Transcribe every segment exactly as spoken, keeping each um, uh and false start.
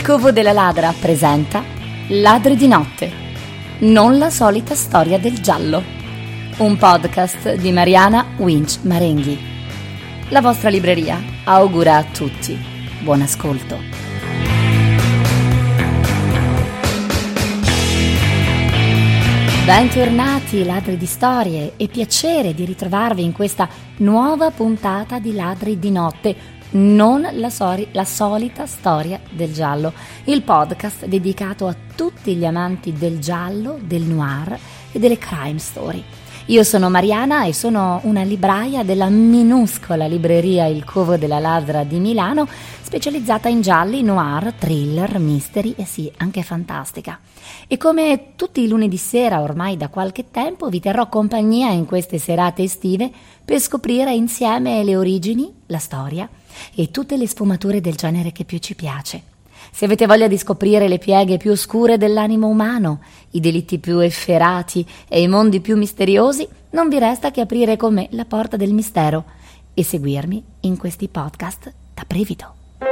Covo della Ladra presenta Ladri di notte, non la solita storia del giallo. Un podcast di Mariana Winch Marenghi. La vostra libreria augura a tutti buon ascolto. Bentornati ladri di storie, è piacere di ritrovarvi in questa nuova puntata di Ladri di notte, non la, sori- la solita storia del giallo, il podcast dedicato a tutti gli amanti del giallo, del noir e delle crime story. Io sono Mariana e sono una libraia della minuscola libreria Il Covo della Ladra di Milano, specializzata in gialli, noir, thriller, mystery e sì, anche fantastica. E come tutti i lunedì sera ormai da qualche tempo vi terrò compagnia in queste serate estive per scoprire insieme le origini, la storia e tutte le sfumature del genere che più ci piace. Se avete voglia di scoprire le pieghe più oscure dell'animo umano, i delitti più efferati e i mondi più misteriosi, non vi resta che aprire con me la porta del mistero e seguirmi in questi podcast da brivido.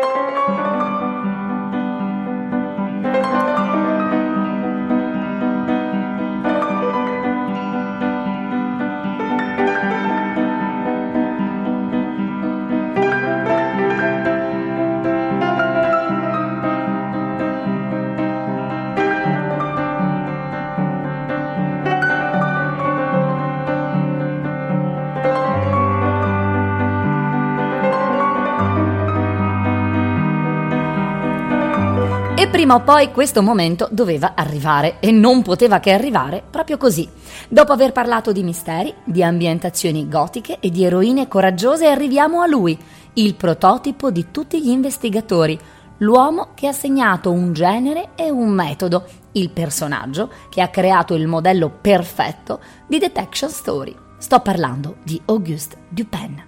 E prima o poi questo momento doveva arrivare e non poteva che arrivare proprio così. Dopo aver parlato di misteri, di ambientazioni gotiche e di eroine coraggiose, arriviamo a lui, il prototipo di tutti gli investigatori, l'uomo che ha segnato un genere e un metodo, il personaggio che ha creato il modello perfetto di detection story. Sto parlando di Auguste Dupin.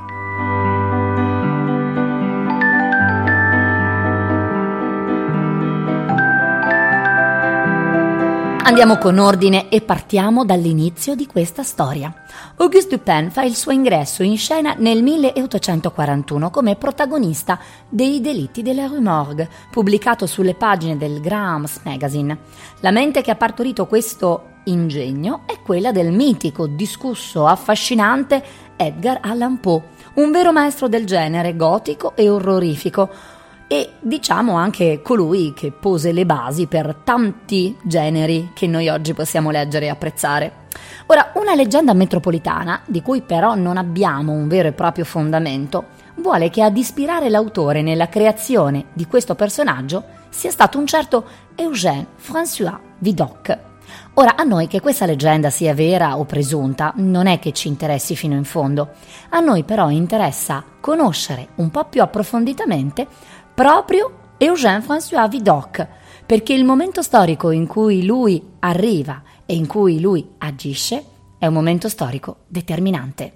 Andiamo con ordine e partiamo dall'inizio di questa storia. Auguste Dupin fa il suo ingresso in scena nel milleottocentoquarantuno come protagonista dei Delitti della Rue Morgue, pubblicato sulle pagine del Grams Magazine. La mente che ha partorito questo ingegno è quella del mitico, discusso, affascinante Edgar Allan Poe, un vero maestro del genere gotico e orrorifico, e diciamo anche colui che pose le basi per tanti generi che noi oggi possiamo leggere e apprezzare. Ora, una leggenda metropolitana, di cui però non abbiamo un vero e proprio fondamento, vuole che ad ispirare l'autore nella creazione di questo personaggio sia stato un certo Eugène François Vidocq. Ora, a noi che questa leggenda sia vera o presunta non è che ci interessi fino in fondo. A noi però interessa conoscere un po' più approfonditamente proprio Eugène François Vidocq, perché il momento storico in cui lui arriva e in cui lui agisce è un momento storico determinante.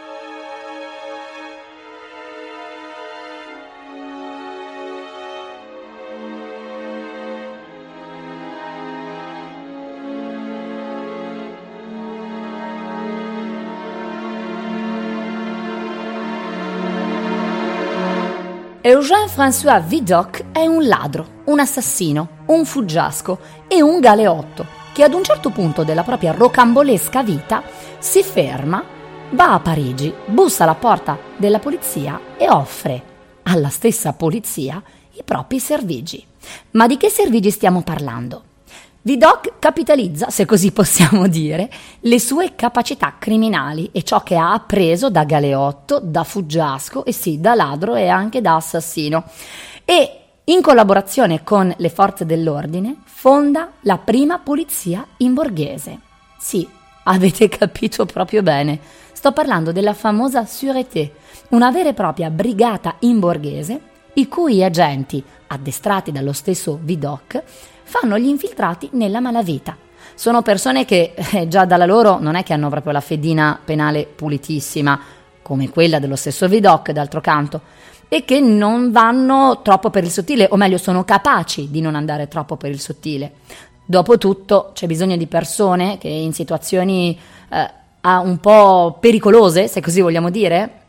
Eugène François Vidocq è un ladro, un assassino, un fuggiasco e un galeotto che ad un certo punto della propria rocambolesca vita si ferma, va a Parigi, bussa alla porta della polizia e offre alla stessa polizia i propri servigi. Ma di che servigi stiamo parlando? Vidocq capitalizza, se così possiamo dire, le sue capacità criminali e ciò che ha appreso da galeotto, da fuggiasco e sì, da ladro e anche da assassino. E in collaborazione con le forze dell'ordine fonda la prima polizia in borghese. Sì, avete capito proprio bene. Sto parlando della famosa Sûreté, una vera e propria brigata in borghese, i cui agenti, addestrati dallo stesso Vidocq, fanno gli infiltrati nella malavita. Sono persone che eh, già dalla loro non è che hanno proprio la fedina penale pulitissima, come quella dello stesso Vidocq d'altro canto, e che non vanno troppo per il sottile, o meglio sono capaci di non andare troppo per il sottile. Dopotutto c'è bisogno di persone che in situazioni eh, un po' pericolose, se così vogliamo dire,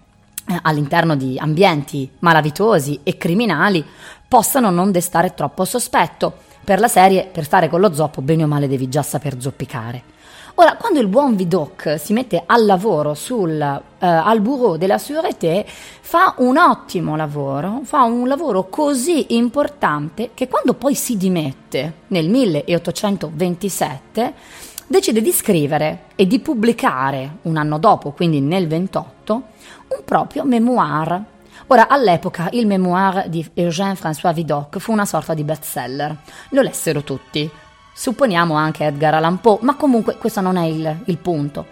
eh, all'interno di ambienti malavitosi e criminali possano non destare troppo sospetto. Per la serie, per stare con lo zoppo, bene o male devi già saper zoppicare. Ora, quando il buon Vidocq si mette al lavoro sul, eh, al Bureau de la Sûreté, fa un ottimo lavoro, fa un lavoro così importante che quando poi si dimette nel milleottocentoventisette decide di scrivere e di pubblicare un anno dopo, quindi nel ventotto, un proprio memoir. Ora, all'epoca il memoir di Eugène François Vidocq fu una sorta di bestseller, lo lessero tutti. Supponiamo anche Edgar Allan Poe, ma comunque questo non è il, il punto.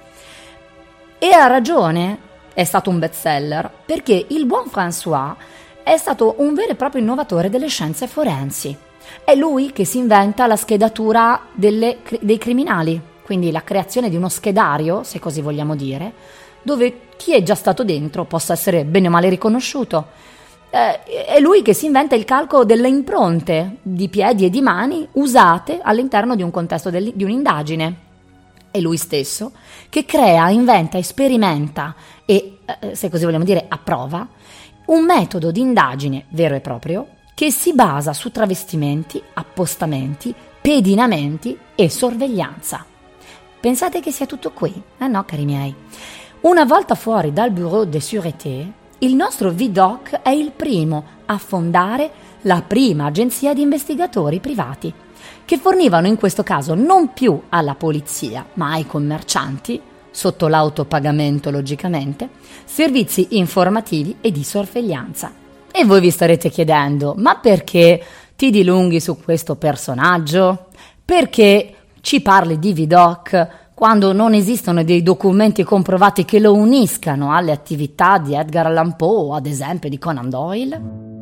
E ha ragione, è stato un bestseller, perché il buon François è stato un vero e proprio innovatore delle scienze forensi. È lui che si inventa la schedatura delle, dei criminali, quindi la creazione di uno schedario, se così vogliamo dire, dove chi è già stato dentro possa essere bene o male riconosciuto. Eh, è lui che si inventa il calcolo delle impronte di piedi e di mani usate all'interno di un contesto del, di un'indagine. È lui stesso che crea, inventa, sperimenta e, eh, se così vogliamo dire, approva un metodo di indagine vero e proprio che si basa su travestimenti, appostamenti, pedinamenti e sorveglianza. Pensate che sia tutto qui? Eh no, cari miei. Una volta fuori dal Bureau de Sûreté, il nostro Vidocq è il primo a fondare la prima agenzia di investigatori privati, che fornivano in questo caso non più alla polizia, ma ai commercianti, sotto l'autopagamento logicamente, servizi informativi e di sorveglianza. E voi vi starete chiedendo, ma perché ti dilunghi su questo personaggio? Perché ci parli di Vidocq quando non esistono dei documenti comprovati che lo uniscano alle attività di Edgar Allan Poe o ad esempio di Conan Doyle?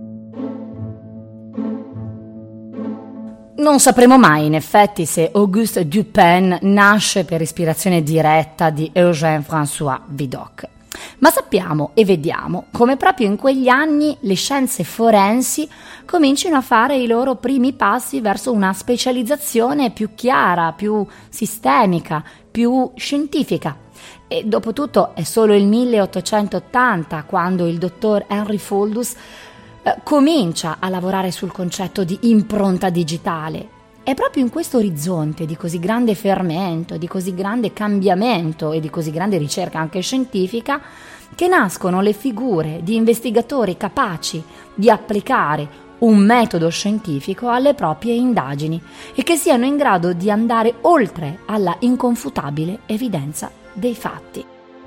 Non sapremo mai in effetti se Auguste Dupin nasce per ispirazione diretta di Eugène François Vidocq, ma sappiamo e vediamo come proprio in quegli anni le scienze forensi comincino a fare i loro primi passi verso una specializzazione più chiara, più sistemica, più scientifica. E dopotutto è solo il milleottocentottanta quando il dottor Henry Foldus eh, comincia a lavorare sul concetto di impronta digitale. È proprio in questo orizzonte di così grande fermento, di così grande cambiamento e di così grande ricerca anche scientifica che nascono le figure di investigatori capaci di applicare un metodo scientifico alle proprie indagini e che siano in grado di andare oltre alla inconfutabile evidenza dei fatti.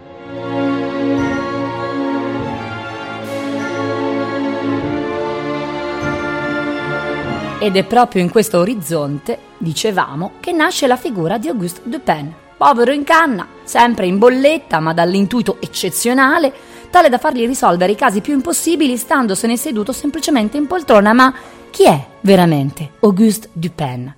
Ed è proprio in questo orizzonte, dicevamo, che nasce la figura di Auguste Dupin, povero in canna, sempre in bolletta ma dall'intuito eccezionale, tale da fargli risolvere i casi più impossibili standosene seduto semplicemente in poltrona. Ma chi è veramente Auguste Dupin?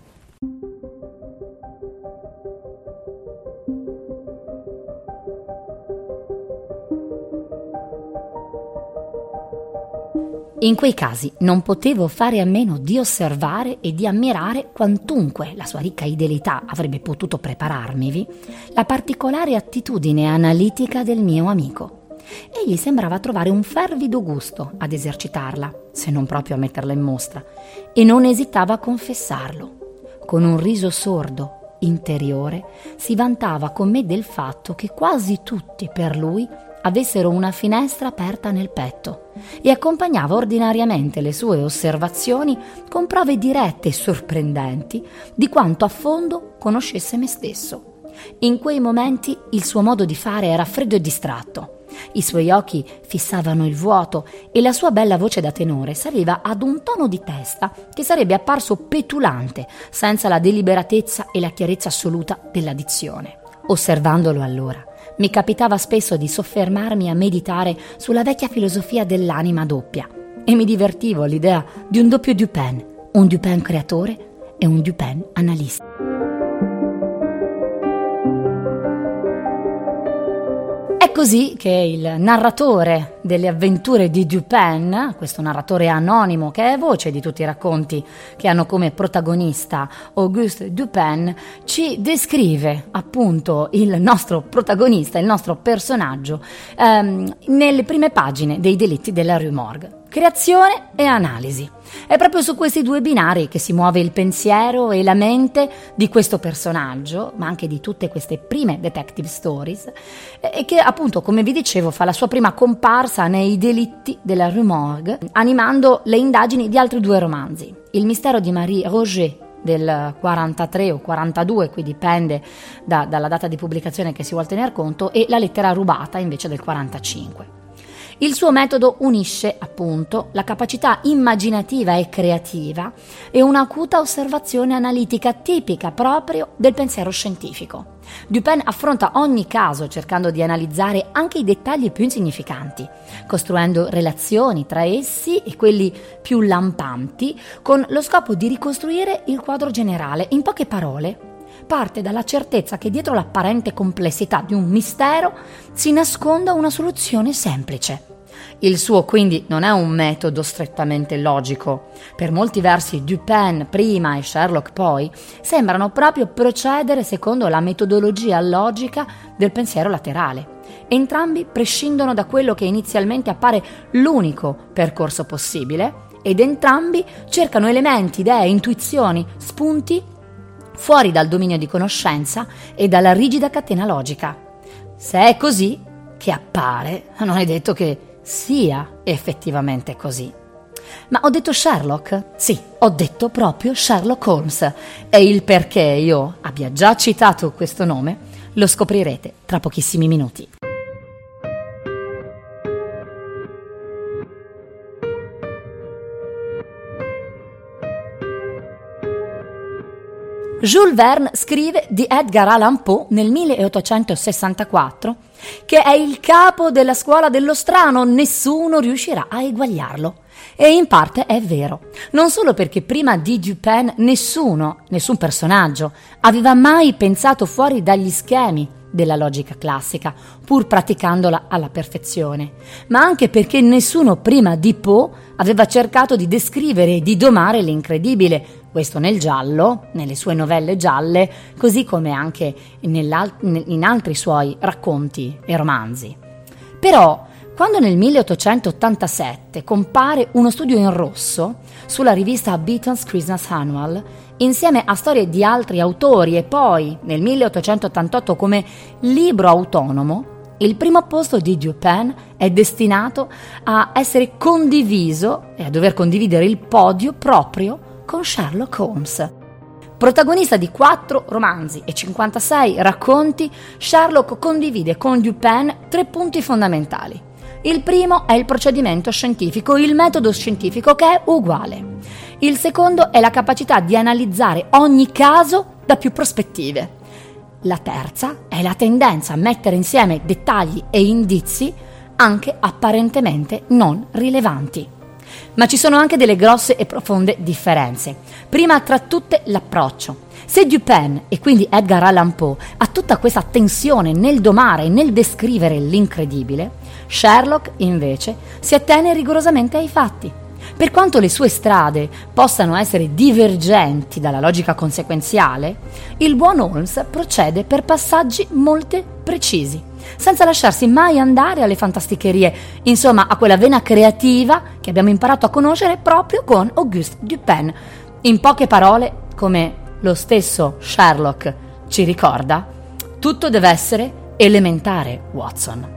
In quei casi non potevo fare a meno di osservare e di ammirare quantunque la sua ricca idealità avrebbe potuto prepararmivi, la particolare attitudine analitica del mio amico. Egli sembrava trovare un fervido gusto ad esercitarla, se non proprio a metterla in mostra, e non esitava a confessarlo. Con un riso sordo, interiore, si vantava con me del fatto che quasi tutti per lui avessero una finestra aperta nel petto e accompagnava ordinariamente le sue osservazioni con prove dirette e sorprendenti di quanto a fondo conoscesse me stesso. In quei momenti il suo modo di fare era freddo e distratto. I suoi occhi fissavano il vuoto e la sua bella voce da tenore saliva ad un tono di testa che sarebbe apparso petulante senza la deliberatezza e la chiarezza assoluta della dizione. Osservandolo allora, mi capitava spesso di soffermarmi a meditare sulla vecchia filosofia dell'anima doppia e mi divertivo all'idea di un doppio Dupin, un Dupin creatore e un Dupin analista. È così che il narratore delle avventure di Dupin, questo narratore anonimo che è voce di tutti i racconti che hanno come protagonista Auguste Dupin, ci descrive appunto il nostro protagonista, il nostro personaggio, ehm, nelle prime pagine dei Delitti della Rue Morgue. Creazione e analisi. È proprio su questi due binari che si muove il pensiero e la mente di questo personaggio, ma anche di tutte queste prime detective stories, e che appunto, come vi dicevo, fa la sua prima comparsa nei Delitti della Rue Morgue, animando le indagini di altri due romanzi. Il mistero di Marie Roget del quarantatré o quarantadue, qui dipende da, dalla data di pubblicazione che si vuol tener conto, e La lettera rubata invece del quarantacinque. Il suo metodo unisce, appunto, la capacità immaginativa e creativa e un'acuta osservazione analitica tipica proprio del pensiero scientifico. Dupin affronta ogni caso cercando di analizzare anche i dettagli più insignificanti, costruendo relazioni tra essi e quelli più lampanti, con lo scopo di ricostruire il quadro generale. In poche parole, parte dalla certezza che dietro l'apparente complessità di un mistero si nasconda una soluzione semplice. Il suo quindi non è un metodo strettamente logico. Per molti versi Dupin prima e Sherlock poi sembrano proprio procedere secondo la metodologia logica del pensiero laterale. Entrambi prescindono da quello che inizialmente appare l'unico percorso possibile ed entrambi cercano elementi, idee, intuizioni, spunti fuori dal dominio di conoscenza e dalla rigida catena logica. Se è così che appare, non è detto che sia effettivamente così. Ma ho detto Sherlock? Sì, ho detto proprio Sherlock Holmes, e il perché io abbia già citato questo nome lo scoprirete tra pochissimi minuti. Jules Verne scrive di Edgar Allan Poe nel milleottocentosessantaquattro che è il capo della scuola dello strano, nessuno riuscirà a eguagliarlo. E in parte è vero, non solo perché prima di Dupin nessuno, nessun personaggio, aveva mai pensato fuori dagli schemi della logica classica, pur praticandola alla perfezione, ma anche perché nessuno prima di Poe aveva cercato di descrivere e di domare l'incredibile, questo nel giallo, nelle sue novelle gialle, così come anche in altri suoi racconti e romanzi. Però, quando nel milleottocentottantasette compare uno studio in rosso sulla rivista Beaton's Christmas Annual, insieme a storie di altri autori, e poi nel milleottocentottantotto come libro autonomo, il primo posto di Dupin è destinato a essere condiviso e a dover condividere il podio proprio con Sherlock Holmes. Protagonista di quattro romanzi e cinquantasei racconti, Sherlock condivide con Dupin tre punti fondamentali. Il primo è il procedimento scientifico, il metodo scientifico, che è uguale. Il secondo è la capacità di analizzare ogni caso da più prospettive. La terza è la tendenza a mettere insieme dettagli e indizi anche apparentemente non rilevanti. Ma ci sono anche delle grosse e profonde differenze. Prima tra tutte l'approccio. Se Dupin, e quindi Edgar Allan Poe, ha tutta questa tensione nel domare e nel descrivere l'incredibile, Sherlock invece si attiene rigorosamente ai fatti. Per quanto le sue strade possano essere divergenti dalla logica conseguenziale, il buon Holmes procede per passaggi molto precisi, senza lasciarsi mai andare alle fantasticherie, insomma a quella vena creativa che abbiamo imparato a conoscere proprio con Auguste Dupin. In poche parole, come lo stesso Sherlock ci ricorda, tutto deve essere elementare, Watson.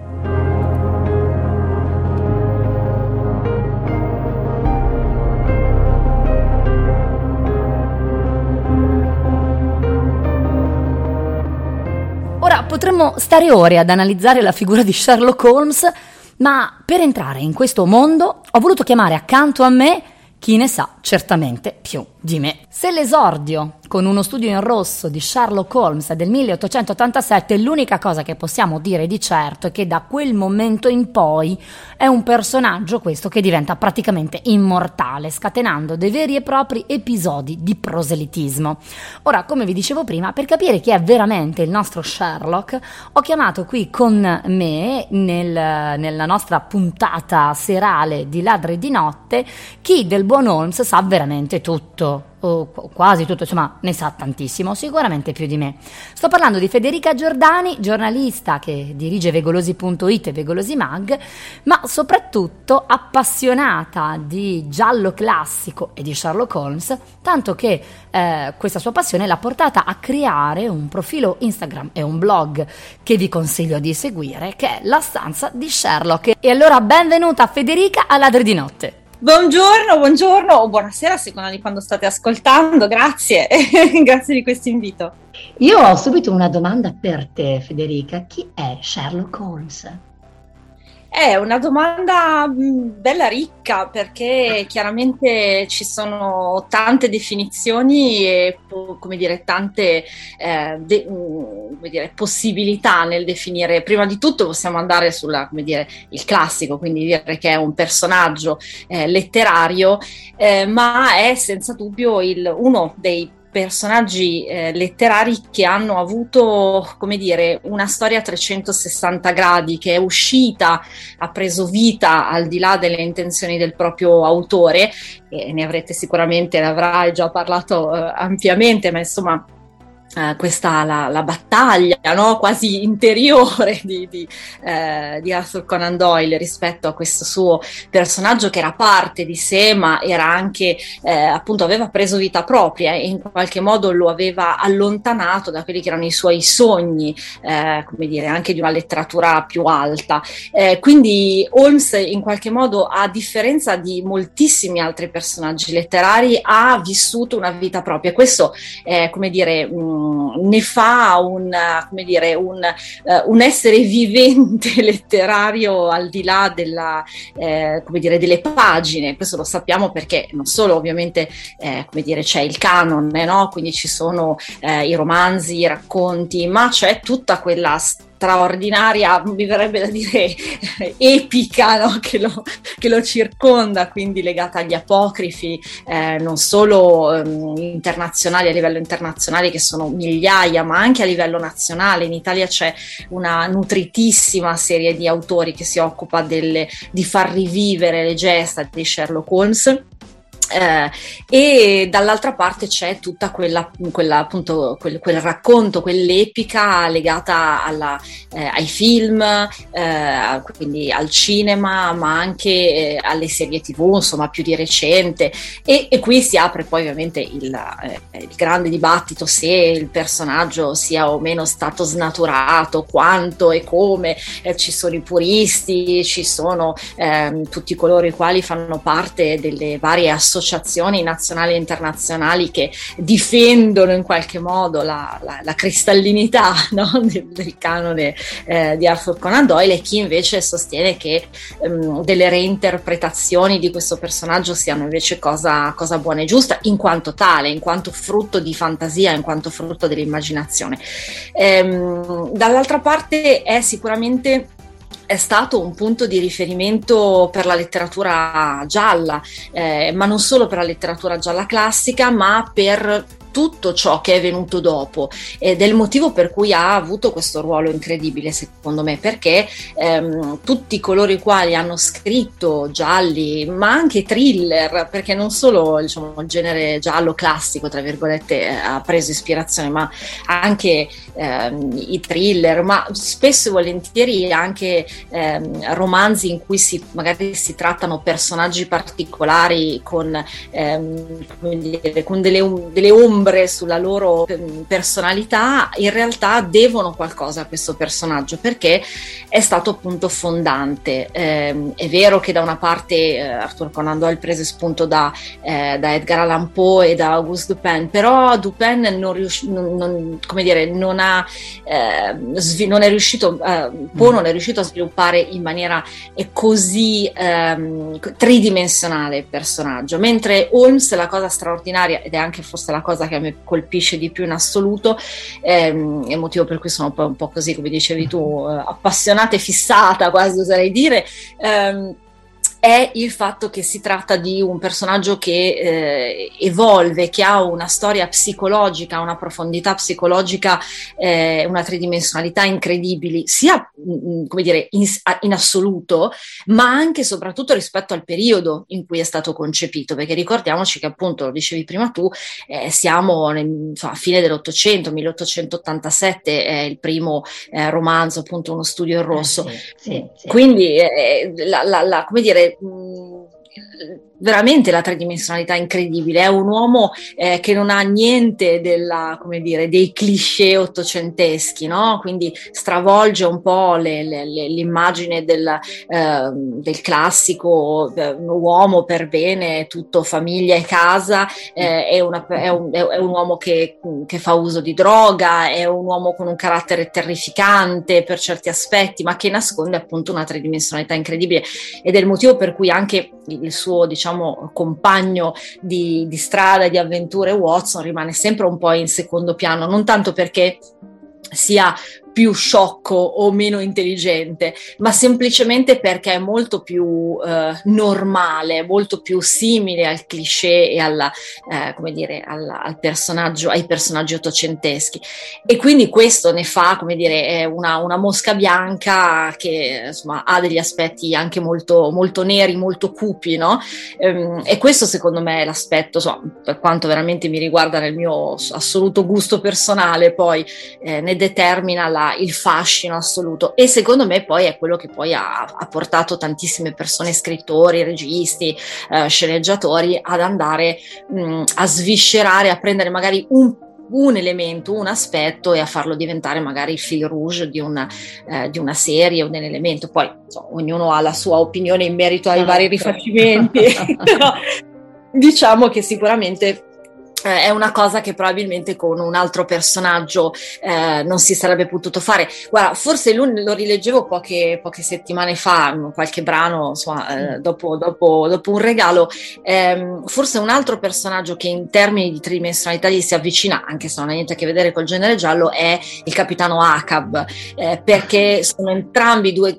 Ora potremmo stare ore ad analizzare la figura di Sherlock Holmes, ma per entrare in questo mondo ho voluto chiamare accanto a me Chi ne sa certamente più di me. Se l'esordio con Uno studio in rosso di Sherlock Holmes del milleottocentottantasette, l'unica cosa che possiamo dire di certo è che da quel momento in poi è un personaggio questo che diventa praticamente immortale, scatenando dei veri e propri episodi di proselitismo. Ora, come vi dicevo prima, per capire chi è veramente il nostro Sherlock, ho chiamato qui con me, nel, nella nostra puntata serale di Ladri di Notte, chi del buon Holmes sa veramente tutto. O quasi tutto, insomma ne sa tantissimo, sicuramente più di me. Sto parlando di Federica Giordani, giornalista che dirige Vegolosi punto it e Vegolosi Mag, ma soprattutto appassionata di giallo classico e di Sherlock Holmes, tanto che eh, questa sua passione l'ha portata a creare un profilo Instagram e un blog che vi consiglio di seguire, che è La Stanza di Sherlock. E allora benvenuta Federica a Ladri di Notte. Buongiorno, buongiorno o buonasera a seconda di quando state ascoltando, grazie, grazie di questo invito. Io ho subito una domanda per te, Federica. Chi è Sherlock Holmes? È una domanda bella ricca perché chiaramente ci sono tante definizioni e come dire tante eh, de, come dire, possibilità nel definire. Prima di tutto possiamo andare sulla come dire il classico, quindi dire che è un personaggio eh, letterario, eh, ma è senza dubbio il, uno dei personaggi eh, letterari che hanno avuto, come dire, una storia a trecentosessanta gradi, che è uscita, ha preso vita al di là delle intenzioni del proprio autore, e ne avrete sicuramente, ne avrai già parlato eh, ampiamente, ma insomma Uh, questa la, la battaglia, no? Quasi interiore di, di, uh, di Arthur Conan Doyle rispetto a questo suo personaggio che era parte di sé, ma era anche uh, appunto aveva preso vita propria e in qualche modo lo aveva allontanato da quelli che erano i suoi sogni, uh, come dire, anche di una letteratura più alta. Uh, quindi Holmes in qualche modo, a differenza di moltissimi altri personaggi letterari, ha vissuto una vita propria. Questo è, come dire, mh, ne fa un, come dire, un, uh, un essere vivente letterario al di là della, eh, come dire, delle pagine. Questo lo sappiamo perché non solo ovviamente eh, come dire, c'è il canon, no? Quindi ci sono eh, i romanzi, i racconti, ma c'è tutta quella straordinaria, mi verrebbe da dire epica, no? che, lo, che lo circonda, quindi legata agli apocrifi, eh, non solo um, internazionali, a livello internazionale, che sono migliaia, ma anche a livello nazionale. In Italia c'è una nutritissima serie di autori che si occupa delle, di far rivivere le gesta di Sherlock Holmes. Eh, e dall'altra parte c'è tutta quella, quella appunto quel, quel racconto, quell'epica legata alla, eh, ai film, eh, quindi al cinema, ma anche eh, alle serie tivù, insomma più di recente, e, e qui si apre poi ovviamente il, eh, il grande dibattito se il personaggio sia o meno stato snaturato, quanto e come. Eh, ci sono i puristi, ci sono eh, tutti coloro i quali fanno parte delle varie associazioni associazioni nazionali e internazionali che difendono in qualche modo la, la, la cristallinità, no? del, del canone eh, di Arthur Conan Doyle, e chi invece sostiene che um, delle reinterpretazioni di questo personaggio siano invece cosa, cosa buona e giusta in quanto tale, in quanto frutto di fantasia, in quanto frutto dell'immaginazione. Ehm, dall'altra parte è sicuramente è stato un punto di riferimento per la letteratura gialla, eh, ma non solo per la letteratura gialla classica, ma per tutto ciò che è venuto dopo, ed è il motivo per cui ha avuto questo ruolo incredibile, secondo me, perché ehm, tutti coloro i quali hanno scritto gialli, ma anche thriller, perché non solo, diciamo, il genere giallo classico, tra virgolette, ha preso ispirazione, ma anche ehm, i thriller, ma spesso e volentieri anche ehm, romanzi in cui si, magari si trattano personaggi particolari con, ehm, come dire, con delle, delle ombre ombre sulla loro personalità, in realtà devono qualcosa a questo personaggio, perché è stato appunto fondante. Eh, è vero che da una parte eh, Arthur Conan Doyle prese spunto da, eh, da Edgar Allan Poe e da Auguste Dupin, però Dupin non, riusci- non, non, come dire, non, ha, eh, svi- non è riuscito, eh, Poe non è riuscito a sviluppare in maniera così ehm, tridimensionale il personaggio, mentre Holmes, la cosa straordinaria, ed è anche forse la cosa che a me colpisce di più in assoluto, ehm, è il motivo per cui sono un po', un po' così, come dicevi tu, eh, appassionata e fissata, quasi oserei dire, ehm, è il fatto che si tratta di un personaggio che eh, evolve, che ha una storia psicologica, una profondità psicologica, eh, una tridimensionalità incredibili, sia mh, come dire, in, in assoluto, ma anche e soprattutto rispetto al periodo in cui è stato concepito, perché ricordiamoci che appunto, lo dicevi prima tu, eh, siamo nel, insomma, a fine dell'Ottocento, milleottocentottantasette è il primo eh, romanzo, appunto Uno studio in rosso. Eh sì, sì, sì. Quindi eh, la, la, la, come dire, veramente la tridimensionalità incredibile. È un uomo eh, che non ha niente della, come dire, dei cliché ottocenteschi, no? Quindi stravolge un po' le, le, le, l'immagine del, eh, del classico eh, uomo per bene, tutto famiglia e casa. Eh, è, una, è, un, è un uomo che, che fa uso di droga, è un uomo con un carattere terrificante per certi aspetti, ma che nasconde appunto una tridimensionalità incredibile, ed è il motivo per cui anche il suo, diciamo, compagno di, di strada e di avventure, Watson, rimane sempre un po' in secondo piano, non tanto perché sia più sciocco o meno intelligente, ma semplicemente perché è molto più eh, normale, molto più simile al cliché e alla, eh, come dire, alla, al personaggio, ai personaggi ottocenteschi, e quindi questo ne fa, come dire, una, una mosca bianca che insomma ha degli aspetti anche molto, molto neri, molto cupi, no? Ehm, e questo secondo me è l'aspetto, insomma, per quanto veramente mi riguarda nel mio assoluto gusto personale, poi eh, ne determina la il fascino assoluto, e secondo me poi è quello che poi ha, ha portato tantissime persone, scrittori, registi, eh, sceneggiatori, ad andare mh, a sviscerare, a prendere magari un un elemento, un aspetto, e a farlo diventare magari il fil rouge di una, eh, di una serie o di un elemento. Poi insomma, ognuno ha la sua opinione in merito ai vari rifacimenti, però diciamo che sicuramente è una cosa che probabilmente con un altro personaggio eh, non si sarebbe potuto fare. Guarda, forse lo, lo rileggevo poche, poche settimane fa, qualche brano, insomma, eh, dopo, dopo, dopo un regalo, ehm, forse un altro personaggio che in termini di tridimensionalità gli si avvicina, anche se non ha niente a che vedere col genere giallo, è il capitano Ahab, eh, perché sono entrambi due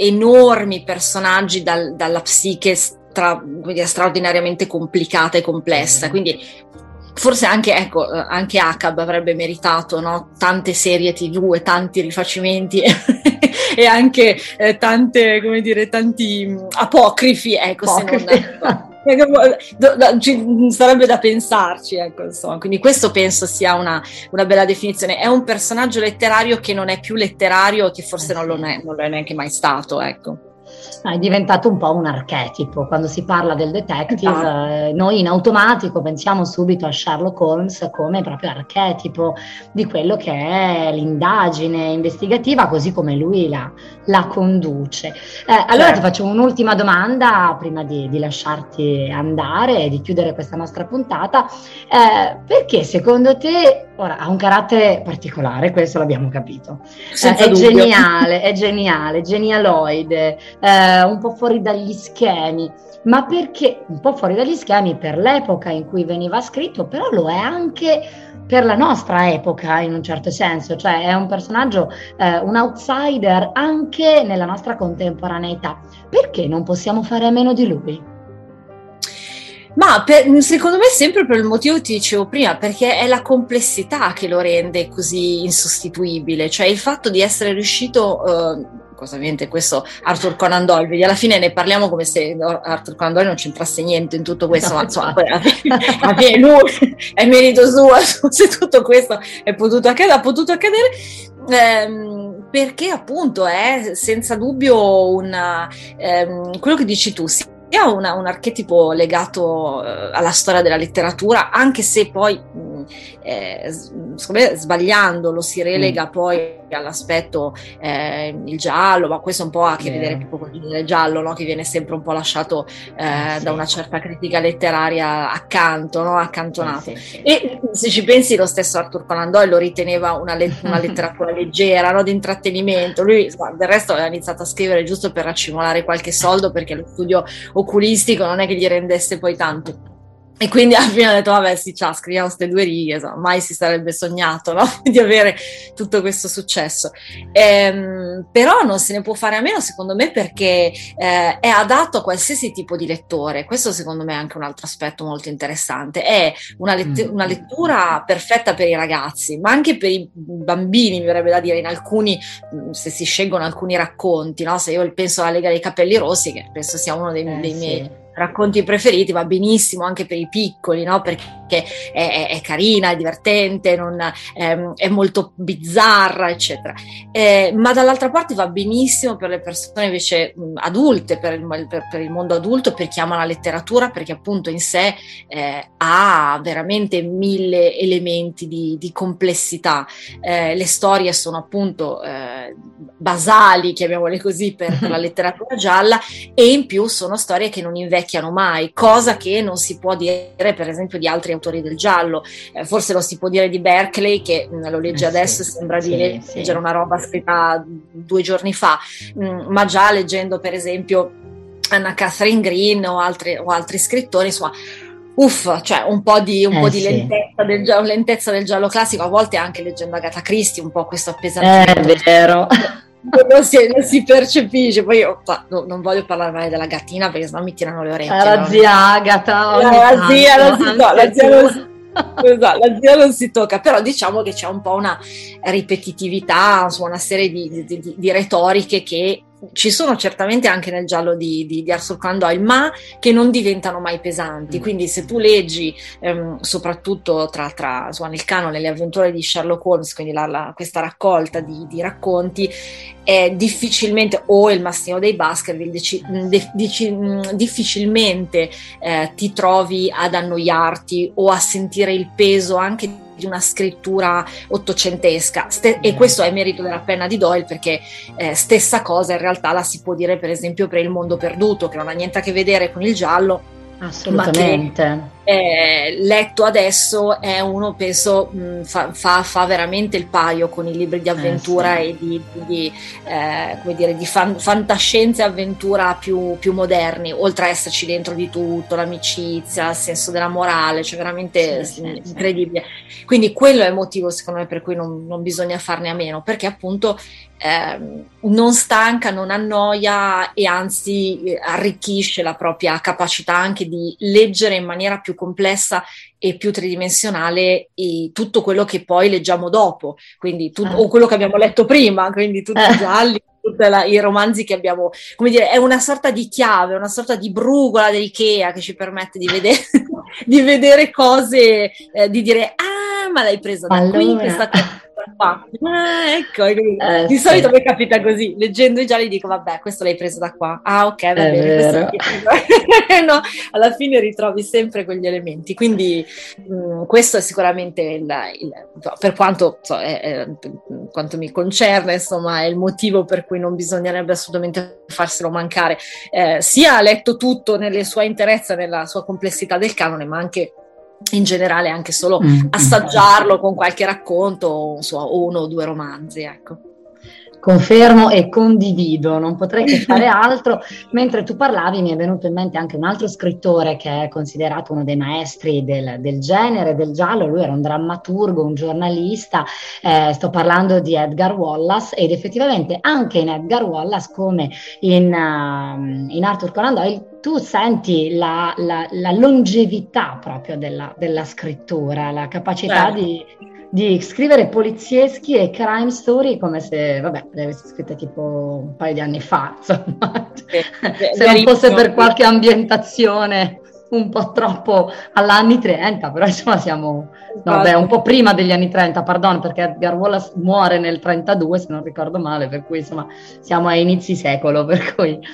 enormi personaggi dal, dalla psiche stra, straordinariamente complicata e complessa, quindi forse anche, ecco, anche Ahab avrebbe meritato, no? Tante serie tivù e tanti rifacimenti e anche eh, tante, come dire, tanti mh, apocrifi, ecco, apocrifi. Se non ci sarebbe da pensarci, ecco, insomma. Quindi questo penso sia una, una bella definizione. È un personaggio letterario che non è più letterario, che forse non lo è, non lo è neanche mai stato, ecco. È diventato un po' un archetipo. Quando si parla del detective, eh, noi in automatico pensiamo subito a Sherlock Holmes come proprio archetipo di quello che è l'indagine investigativa, così come lui la, la conduce. Eh, allora certo. Ti faccio un'ultima domanda prima di, di lasciarti andare e di chiudere questa nostra puntata. Eh, perché secondo te, ora ha un carattere particolare, questo l'abbiamo capito, eh, è dubbio. geniale, è geniale, genialoide, eh, un po' fuori dagli schemi, ma perché un po' fuori dagli schemi per l'epoca in cui veniva scritto, però lo è anche per la nostra epoca in un certo senso, cioè è un personaggio, eh, un outsider anche nella nostra contemporaneità. Perché non possiamo fare a meno di lui? Ma per, secondo me sempre per il motivo che ti dicevo prima, perché è la complessità che lo rende così insostituibile, cioè il fatto di essere riuscito, eh, ovviamente questo Arthur Conan Doyle, quindi alla fine ne parliamo come se Arthur Conan Doyle non c'entrasse niente in tutto questo, no, ma insomma poi alla fine, alla fine lui è merito suo se tutto questo è potuto accadere, ha potuto accadere. Ehm, perché appunto è senza dubbio una, ehm, quello che dici tu, sì, è una, un archetipo legato uh, alla storia della letteratura, anche se poi mh, ehm, eh, secondo me sbagliando lo si relega mm. poi all'aspetto eh, il giallo, ma questo un po' ha a che yeah. vedere proprio con il genere giallo, no? Che viene sempre un po' lasciato eh, sì. da una certa critica letteraria accanto, no? Accantonato. Sì, sì, sì. E se ci pensi, lo stesso Arthur Conan Doyle lo riteneva una, le- una letteratura leggera, no? Di intrattenimento. Lui del resto aveva iniziato a scrivere giusto per raccimolare qualche soldo, perché lo studio oculistico non è che gli rendesse poi tanto. E quindi alla fine ho detto, vabbè sì, ciao, scriviamo queste due righe, insomma, mai si sarebbe sognato, no? Di avere tutto questo successo. Ehm, però non se ne può fare a meno, secondo me, perché eh, è adatto a qualsiasi tipo di lettore. Questo secondo me è anche un altro aspetto molto interessante. È una, lett- una lettura perfetta per i ragazzi, ma anche per i bambini, mi verrebbe da dire, in alcuni, se si scelgono alcuni racconti, no? Se io penso alla Lega dei Capelli Rossi, che penso sia uno dei, eh, dei miei... Sì. racconti preferiti, va benissimo anche per i piccoli, no? Perché è, è, è carina, è divertente, non, è, è molto bizzarra, eccetera. Eh, ma dall'altra parte va benissimo per le persone invece mh, adulte, per il, per, per il mondo adulto, per chi ama la letteratura, perché appunto in sé eh, ha veramente mille elementi di, di complessità. Eh, le storie sono appunto eh, basali, chiamiamole così, per, per la letteratura gialla, e in più sono storie che non invecchiano mai, cosa che non si può dire per esempio di altri autori del giallo. Eh, forse lo si può dire di Berkeley, che mh, lo legge eh adesso sì, e sembra sì, di leggere sì. una roba scritta due giorni fa, mh, ma già leggendo per esempio Anna Catherine Green o altri, o altri scrittori, insomma, uff, cioè un po' di, un eh, po' di sì. lentezza, del giallo, lentezza del giallo classico, a volte anche leggendo Agatha Christie, un po' questo appesantimento. È vero. Non si, non si percepisce. Poi io no, non voglio parlare mai della gattina, perché sennò mi tirano le orecchie. La zia Agata, la, la zia non si tocca, la zia non si, esatto, la zia non si tocca, però diciamo che c'è un po' una ripetitività, insomma, una serie di, di, di, di retoriche che ci sono certamente anche nel giallo di, di, di Arthur Conan Doyle, ma che non diventano mai pesanti. Quindi se tu leggi ehm, soprattutto tra, tra insomma, nel canone Le avventure di Sherlock Holmes, quindi la, la, questa raccolta di, di racconti, è difficilmente, o Il mastino dei Baskerville, dici, de, dici, difficilmente eh, ti trovi ad annoiarti o a sentire il peso anche di una scrittura ottocentesca. Ste- e questo è merito della penna di Doyle, perché eh, stessa cosa in realtà la si può dire per esempio per Il mondo perduto, che non ha niente a che vedere con il giallo, assolutamente, ma che eh, letto adesso è uno, penso, mh, fa, fa, fa veramente il paio con i libri di avventura eh, sì. e di, di, eh, come dire, di fan, fantascienza e avventura più, più moderni, oltre a esserci dentro di tutto, l'amicizia, il senso della morale, cioè veramente sì, sì, incredibile. Sì. Quindi quello è il motivo secondo me per cui non, non bisogna farne a meno, perché appunto eh, non stanca, non annoia e anzi eh, arricchisce la propria capacità anche di leggere in maniera più complessa e più tridimensionale e tutto quello che poi leggiamo dopo, quindi tu, o quello che abbiamo letto prima, quindi tutti i gialli, tutti i romanzi che abbiamo, come dire, è una sorta di chiave, una sorta di brugola dell'Ikea che ci permette di vedere, di vedere cose, eh, di dire, ah, ma l'hai presa da allora. qui, questa cosa qua. Ah, ecco, eh, di sì. solito mi capita così, leggendo i gialli dico, vabbè, questo l'hai preso da qua, ah ok, va è bene, no, alla fine ritrovi sempre quegli elementi, quindi mh, questo è sicuramente il, il, per quanto, so, è, è, quanto mi concerne, insomma, è il motivo per cui non bisognerebbe assolutamente farselo mancare, eh, sia letto tutto nelle sua interezza, nella sua complessità del canone, ma anche in generale anche solo mm. assaggiarlo con qualche racconto o insomma, uno o due romanzi, ecco. Confermo e condivido, non potrei che fare altro. Mentre tu parlavi mi è venuto in mente anche un altro scrittore che è considerato uno dei maestri del, del genere, del giallo. Lui era un drammaturgo, un giornalista, eh, sto parlando di Edgar Wallace, ed effettivamente anche in Edgar Wallace come in, uh, in Arthur Conan Doyle tu senti la, la, la longevità proprio della, della scrittura, la capacità eh. di... di scrivere polizieschi e crime story come se, vabbè, le avessi scritte tipo un paio di anni fa, insomma, eh, se non fosse per qualche ambientazione un po' troppo all'anni trenta, però insomma siamo, no, beh, un po' prima degli anni trenta, pardon, perché Edgar Wallace muore nel trentadue, se non ricordo male, per cui insomma siamo a inizi secolo, per cui...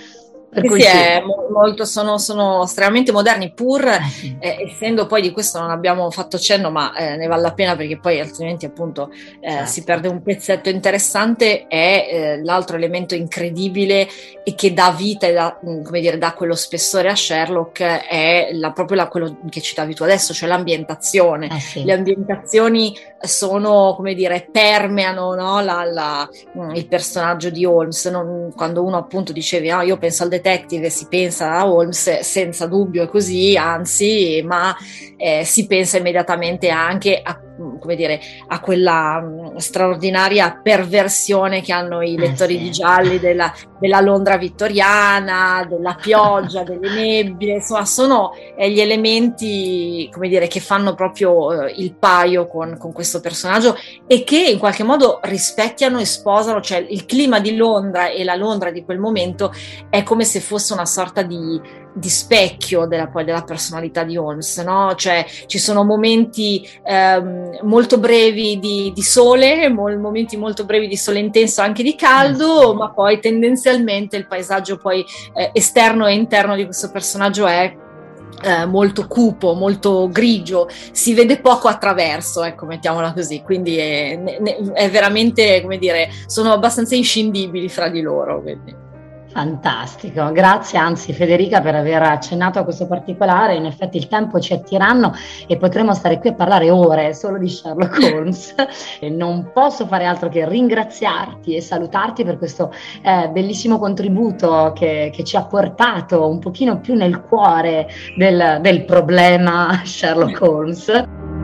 Per sì, cui sì, sì. è mo- molto, sono, sono estremamente moderni, pur Eh, sì. eh, essendo poi, di questo non abbiamo fatto cenno, ma eh, ne vale la pena perché poi altrimenti appunto eh, Certo. si perde un pezzetto interessante, è eh, l'altro elemento incredibile e che dà vita e dà, mh, come dire, dà quello spessore a Sherlock, è la, proprio la, quello che citavi tu adesso, cioè l'ambientazione. Eh, sì. Le ambientazioni sono, come dire, permeano, no? la, la, mh, il personaggio di Holmes. Non, quando uno appunto dicevi, ah, io penso al detective e si pensa a Holmes, senza dubbio è così, anzi, ma eh, si pensa immediatamente anche a, come dire, a quella mh, straordinaria perversione che hanno i lettori Eh, sì. di gialli della, della Londra vittoriana, della pioggia, delle nebbie, insomma sono eh, gli elementi, come dire, che fanno proprio eh, il paio con, con questo personaggio e che in qualche modo rispecchiano e sposano, cioè il clima di Londra e la Londra di quel momento è come se fosse una sorta di, di specchio della, poi della personalità di Holmes, no? Cioè ci sono momenti ehm, molto brevi di, di sole, mol, momenti molto brevi di sole intenso, anche di caldo, ma poi tendenzialmente il paesaggio poi eh, esterno e interno di questo personaggio è Eh, molto cupo, molto grigio, si vede poco attraverso, ecco, mettiamola così, quindi è, è veramente, come dire, sono abbastanza inscindibili fra di loro. Quindi. Fantastico, grazie anzi Federica per aver accennato a questo particolare. In effetti il tempo ci attiranno e potremo stare qui a parlare ore solo di Sherlock Holmes e non posso fare altro che ringraziarti e salutarti per questo eh, bellissimo contributo che, che ci ha portato un pochino più nel cuore del, del problema Sherlock Holmes.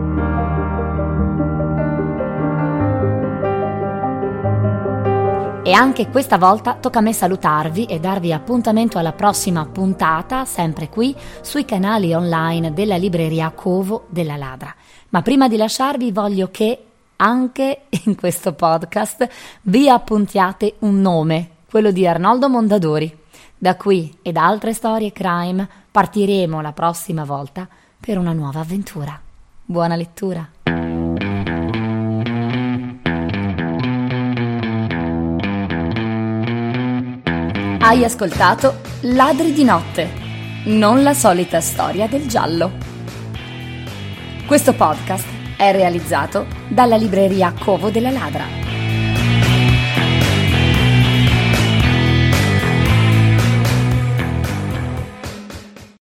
E anche questa volta tocca a me salutarvi e darvi appuntamento alla prossima puntata, sempre qui, sui canali online della libreria Covo della Ladra. Ma prima di lasciarvi voglio che, anche in questo podcast, vi appuntiate un nome, quello di Arnoldo Mondadori. Da qui e da altre storie crime partiremo la prossima volta per una nuova avventura. Buona lettura! Hai ascoltato Ladri di notte, non la solita storia del giallo. Questo podcast è realizzato dalla libreria Covo della Ladra.